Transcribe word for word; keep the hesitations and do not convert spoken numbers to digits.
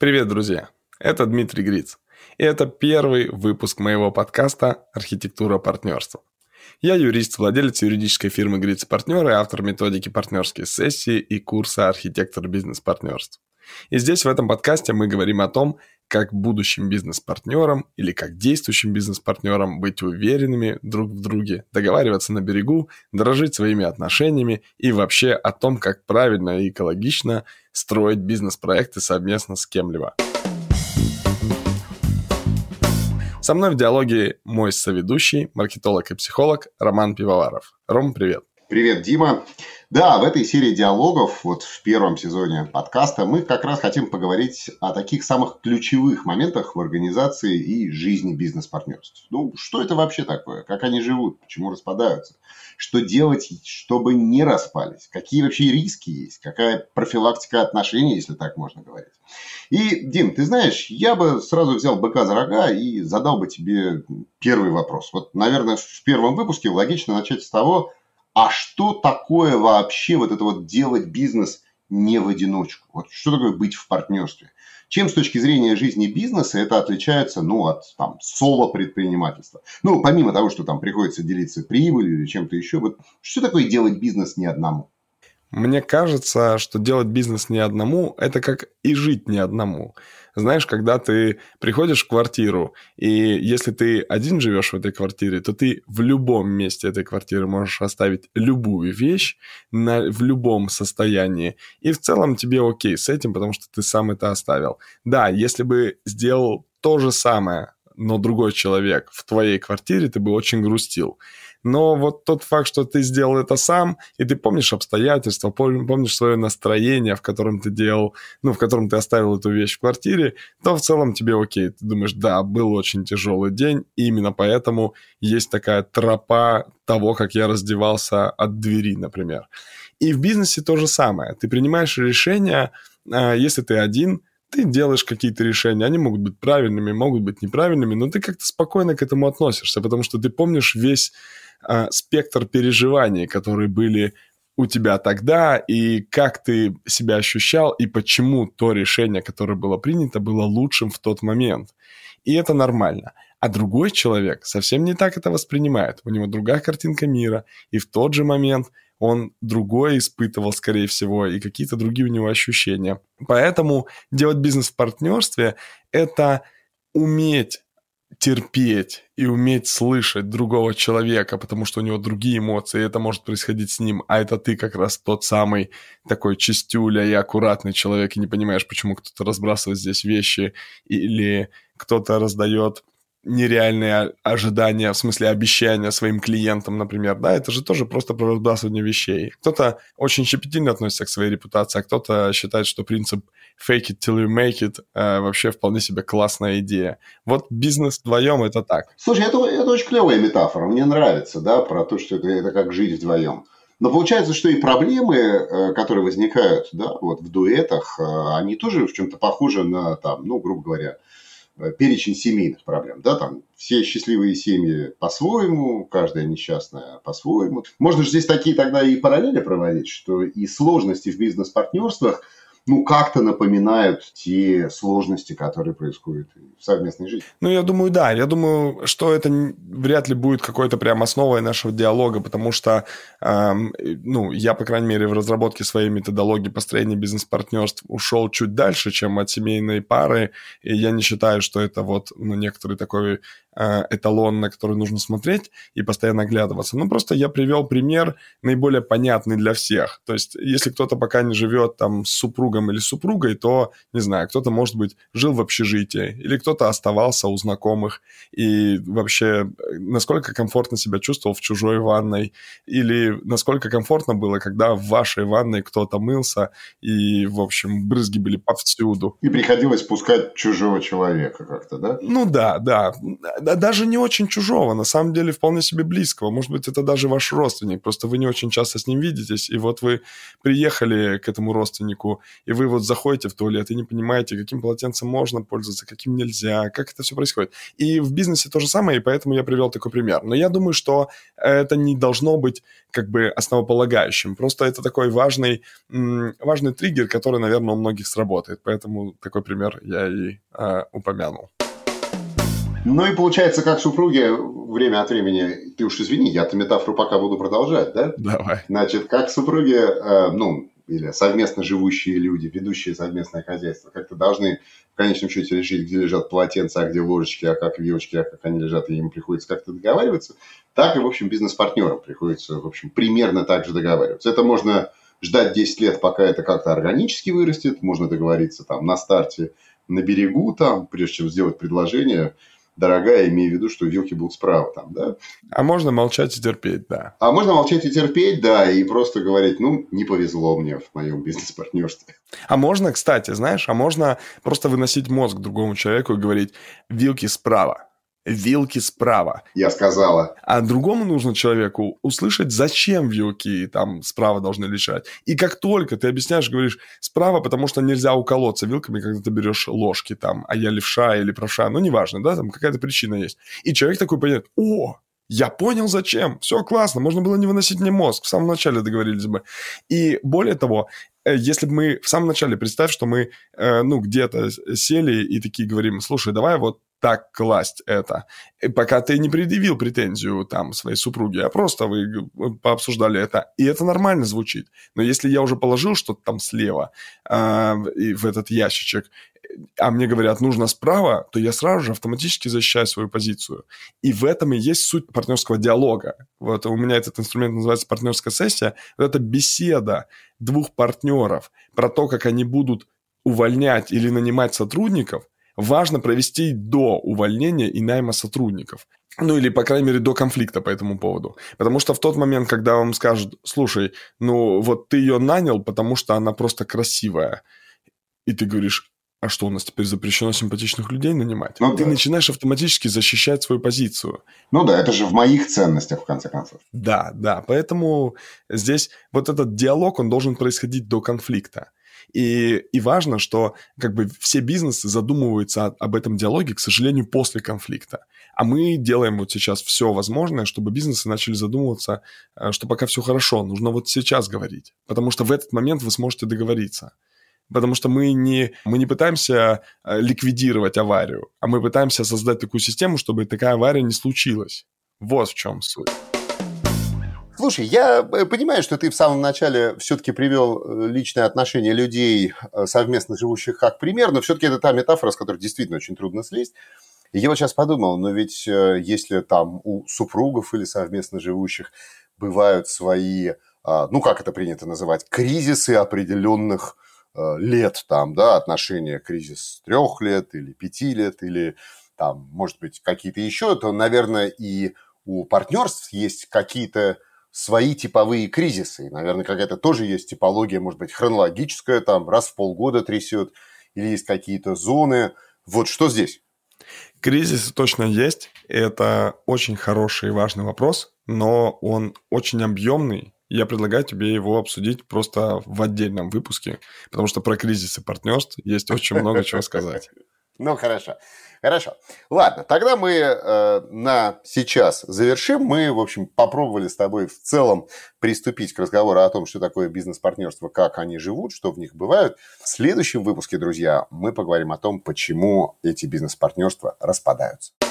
Привет, друзья! Это Дмитрий Гриц, и это первый выпуск моего подкаста «Архитектура партнерства». Я юрист, владелец юридической фирмы Гриц и партнеры, автор методики партнерские сессии и курса «Архитектор бизнес-партнерств». И здесь в этом подкасте мы говорим о том, как будущим бизнес-партнерам или как действующим бизнес-партнерам быть уверенными друг в друге, договариваться на берегу, дорожить своими отношениями и вообще о том, как правильно и экологично строить бизнес-проекты совместно с кем-либо. Со мной в диалоге мой соведущий, маркетолог и психолог Роман Пивоваров. Ром, привет. Привет, Дима. Да, в этой серии диалогов, вот в первом сезоне подкаста, мы как раз хотим поговорить о таких самых ключевых моментах в организации и жизни бизнес-партнерств. Ну, что это вообще такое? Как они живут? Почему распадаются? Что делать, чтобы не распались? Какие вообще риски есть? Какая профилактика отношений, если так можно говорить? И, Дим, ты знаешь, я бы сразу взял быка за рога и задал бы тебе первый вопрос. Вот, наверное, в первом выпуске логично начать с того, а что такое вообще вот это вот делать бизнес не в одиночку? Вот что такое быть в партнерстве? Чем с точки зрения жизни бизнеса это отличается, ну, от там соло-предпринимательства? Ну, помимо того, что там приходится делиться прибылью или чем-то еще, вот что такое делать бизнес не одному? Мне кажется, что делать бизнес не одному – это как и жить не одному. Знаешь, когда ты приходишь в квартиру, и если ты один живешь в этой квартире, то ты в любом месте этой квартиры можешь оставить любую вещь на, в любом состоянии. И в целом тебе окей с этим, потому что ты сам это оставил. Да, если бы сделал то же самое, но другой человек в твоей квартире, ты бы очень грустил. Но вот тот факт, что ты сделал это сам, и ты помнишь обстоятельства, помнишь свое настроение, в котором ты делал, ну, в котором ты оставил эту вещь в квартире, то в целом тебе окей. Ты думаешь, да, был очень тяжелый день, и именно поэтому есть такая тропа того, как я раздевался от двери, например. И в бизнесе то же самое. Ты принимаешь решения, если ты один, ты делаешь какие-то решения, они могут быть правильными, могут быть неправильными, но ты как-то спокойно к этому относишься, потому что ты помнишь весь а, спектр переживаний, которые были у тебя тогда, и как ты себя ощущал, и почему то решение, которое было принято, было лучшим в тот момент. И это нормально. А другой человек совсем не так это воспринимает. У него другая картинка мира, и в тот же момент он другое испытывал, скорее всего, и какие-то другие у него ощущения. Поэтому делать бизнес в партнерстве – это уметь терпеть и уметь слышать другого человека, потому что у него другие эмоции, и это может происходить с ним, а это ты как раз тот самый такой чистюля и аккуратный человек, и не понимаешь, почему кто-то разбрасывает здесь вещи, или кто-то раздает нереальные ожидания, в смысле обещания своим клиентам, например, да, это же тоже просто про разбрасывание вещей. Кто-то очень щепетильно относится к своей репутации, а кто-то считает, что принцип fake it till you make it э, вообще вполне себе классная идея. Вот бизнес вдвоем это так. Слушай, это, это очень клевая метафора, мне нравится, да, про то, что это, это как жить вдвоем. Но получается, что и проблемы, которые возникают, да, вот в дуэтах, они тоже в чем-то похожи на, там, ну, грубо говоря, перечень семейных проблем, да, там все счастливые семьи по-своему, каждая несчастная по-своему. Можно же здесь такие тогда и параллели проводить, что и сложности в бизнес-партнерствах, ну, как-то напоминают те сложности, которые происходят в совместной жизни. Ну, я думаю, да. Я думаю, что это вряд ли будет какой-то прям основой нашего диалога, потому что, эм, ну, я, по крайней мере, в разработке своей методологии построения бизнес-партнерств ушел чуть дальше, чем от семейной пары, и я не считаю, что это вот, ну, некоторый такой э, эталон, на который нужно смотреть и постоянно оглядываться. Ну, просто я привел пример наиболее понятный для всех. То есть, если кто-то пока не живет там с супругом или супругой, то, не знаю, кто-то, может быть, жил в общежитии, или кто-то оставался у знакомых, и вообще, насколько комфортно себя чувствовал в чужой ванной, или насколько комфортно было, когда в вашей ванной кто-то мылся, и, в общем, брызги были повсюду. И приходилось пускать чужого человека как-то, да? Ну да, да. да, даже не очень чужого, на самом деле вполне себе близкого. Может быть, это даже ваш родственник, просто вы не очень часто с ним видитесь, и вот вы приехали к этому родственнику, и вы вот заходите в туалет и не понимаете, каким полотенцем можно пользоваться, каким нельзя, как это все происходит. И в бизнесе то же самое, и поэтому я привел такой пример. Но я думаю, что это не должно быть как бы основополагающим. Просто это такой важный, важный триггер, который, наверное, у многих сработает. Поэтому такой пример я и э, упомянул. Ну и получается, как супруги время от времени, ты уж извини, я эту метафору пока буду продолжать, да? Давай. Значит, как супруги, э, ну, или совместно живущие люди, ведущие совместное хозяйство, как-то должны в конечном счете решить, где лежат полотенца, а где ложечки, а как вилочки, а как они лежат, и им приходится как-то договариваться. Так и, в общем, бизнес-партнерам приходится, в общем, примерно так же договариваться. Это можно ждать десять лет, пока это как-то органически вырастет, можно договориться там на старте, на берегу, там, прежде чем сделать предложение, дорогая, имея в виду, что вилки будут справа там, да. А можно молчать и терпеть, да. А можно молчать и терпеть, да, и просто говорить, ну, не повезло мне в моем бизнес-партнерстве. А можно, кстати, знаешь, а можно просто выносить мозг другому человеку и говорить, вилки справа. Вилки справа. Я сказала. А другому нужно человеку услышать, зачем вилки там справа должны лежать. И как только ты объясняешь, говоришь справа, потому что нельзя уколоться вилками, когда ты берешь ложки там, а я левша или правша, ну, неважно, да, там какая-то причина есть. И человек такой понимает, о, я понял, зачем. Все классно, можно было не выносить мне мозг. В самом начале договорились бы. И более того, если бы мы в самом начале, представь, что мы, ну, где-то сели и такие говорим, слушай, давай вот так класть это. И пока ты не предъявил претензию там своей супруге, а просто вы пообсуждали это. И это нормально звучит. Но если я уже положил что-то там слева э, в этот ящичек, а мне говорят, нужно справа, то я сразу же автоматически защищаю свою позицию. И в этом и есть суть партнерского диалога. Вот у меня этот инструмент называется партнерская сессия. Вот это беседа двух партнеров про то, как они будут увольнять или нанимать сотрудников, важно провести до увольнения и найма сотрудников. Ну, или, по крайней мере, до конфликта по этому поводу. Потому что в тот момент, когда вам скажут, слушай, ну, вот ты ее нанял, потому что она просто красивая. И ты говоришь, а что, у нас теперь запрещено симпатичных людей нанимать? Ну, ты да. начинаешь автоматически защищать свою позицию. Ну да, это же в моих ценностях, в конце концов. Да, да, поэтому здесь вот этот диалог, он должен происходить до конфликта. И, и важно, что как бы все бизнесы задумываются об этом диалоге, к сожалению, после конфликта. А мы делаем вот сейчас все возможное, чтобы бизнесы начали задумываться, что пока все хорошо, нужно вот сейчас говорить. Потому что в этот момент вы сможете договориться. Потому что мы не, мы не пытаемся ликвидировать аварию, а мы пытаемся создать такую систему, чтобы такая авария не случилась. Вот в чем суть. Слушай, я понимаю, что ты в самом начале все-таки привел личные отношения людей, совместно живущих, как пример, но все-таки это та метафора, с которой действительно очень трудно слезть. И я вот сейчас подумал, но ведь если там у супругов или совместно живущих бывают свои, ну как это принято называть, кризисы определенных лет, там, да, отношения, кризис трех лет или пяти лет, или там, может быть, какие-то еще, то, наверное, и у партнерств есть какие-то свои типовые кризисы. Наверное, какая-то тоже есть типология, может быть, хронологическая, там, раз в полгода трясет, или есть какие-то зоны. Вот что здесь? Кризисы точно есть. Это очень хороший и важный вопрос, но он очень объемный. Я предлагаю тебе его обсудить просто в отдельном выпуске, потому что про кризисы партнерств есть очень много чего сказать. Ну, хорошо. Хорошо. Ладно, тогда мы э, на сейчас завершим. Мы, в общем, попробовали с тобой в целом приступить к разговору о том, что такое бизнес-партнерство, как они живут, что в них бывают. В следующем выпуске, друзья, мы поговорим о том, почему эти бизнес-партнерства распадаются.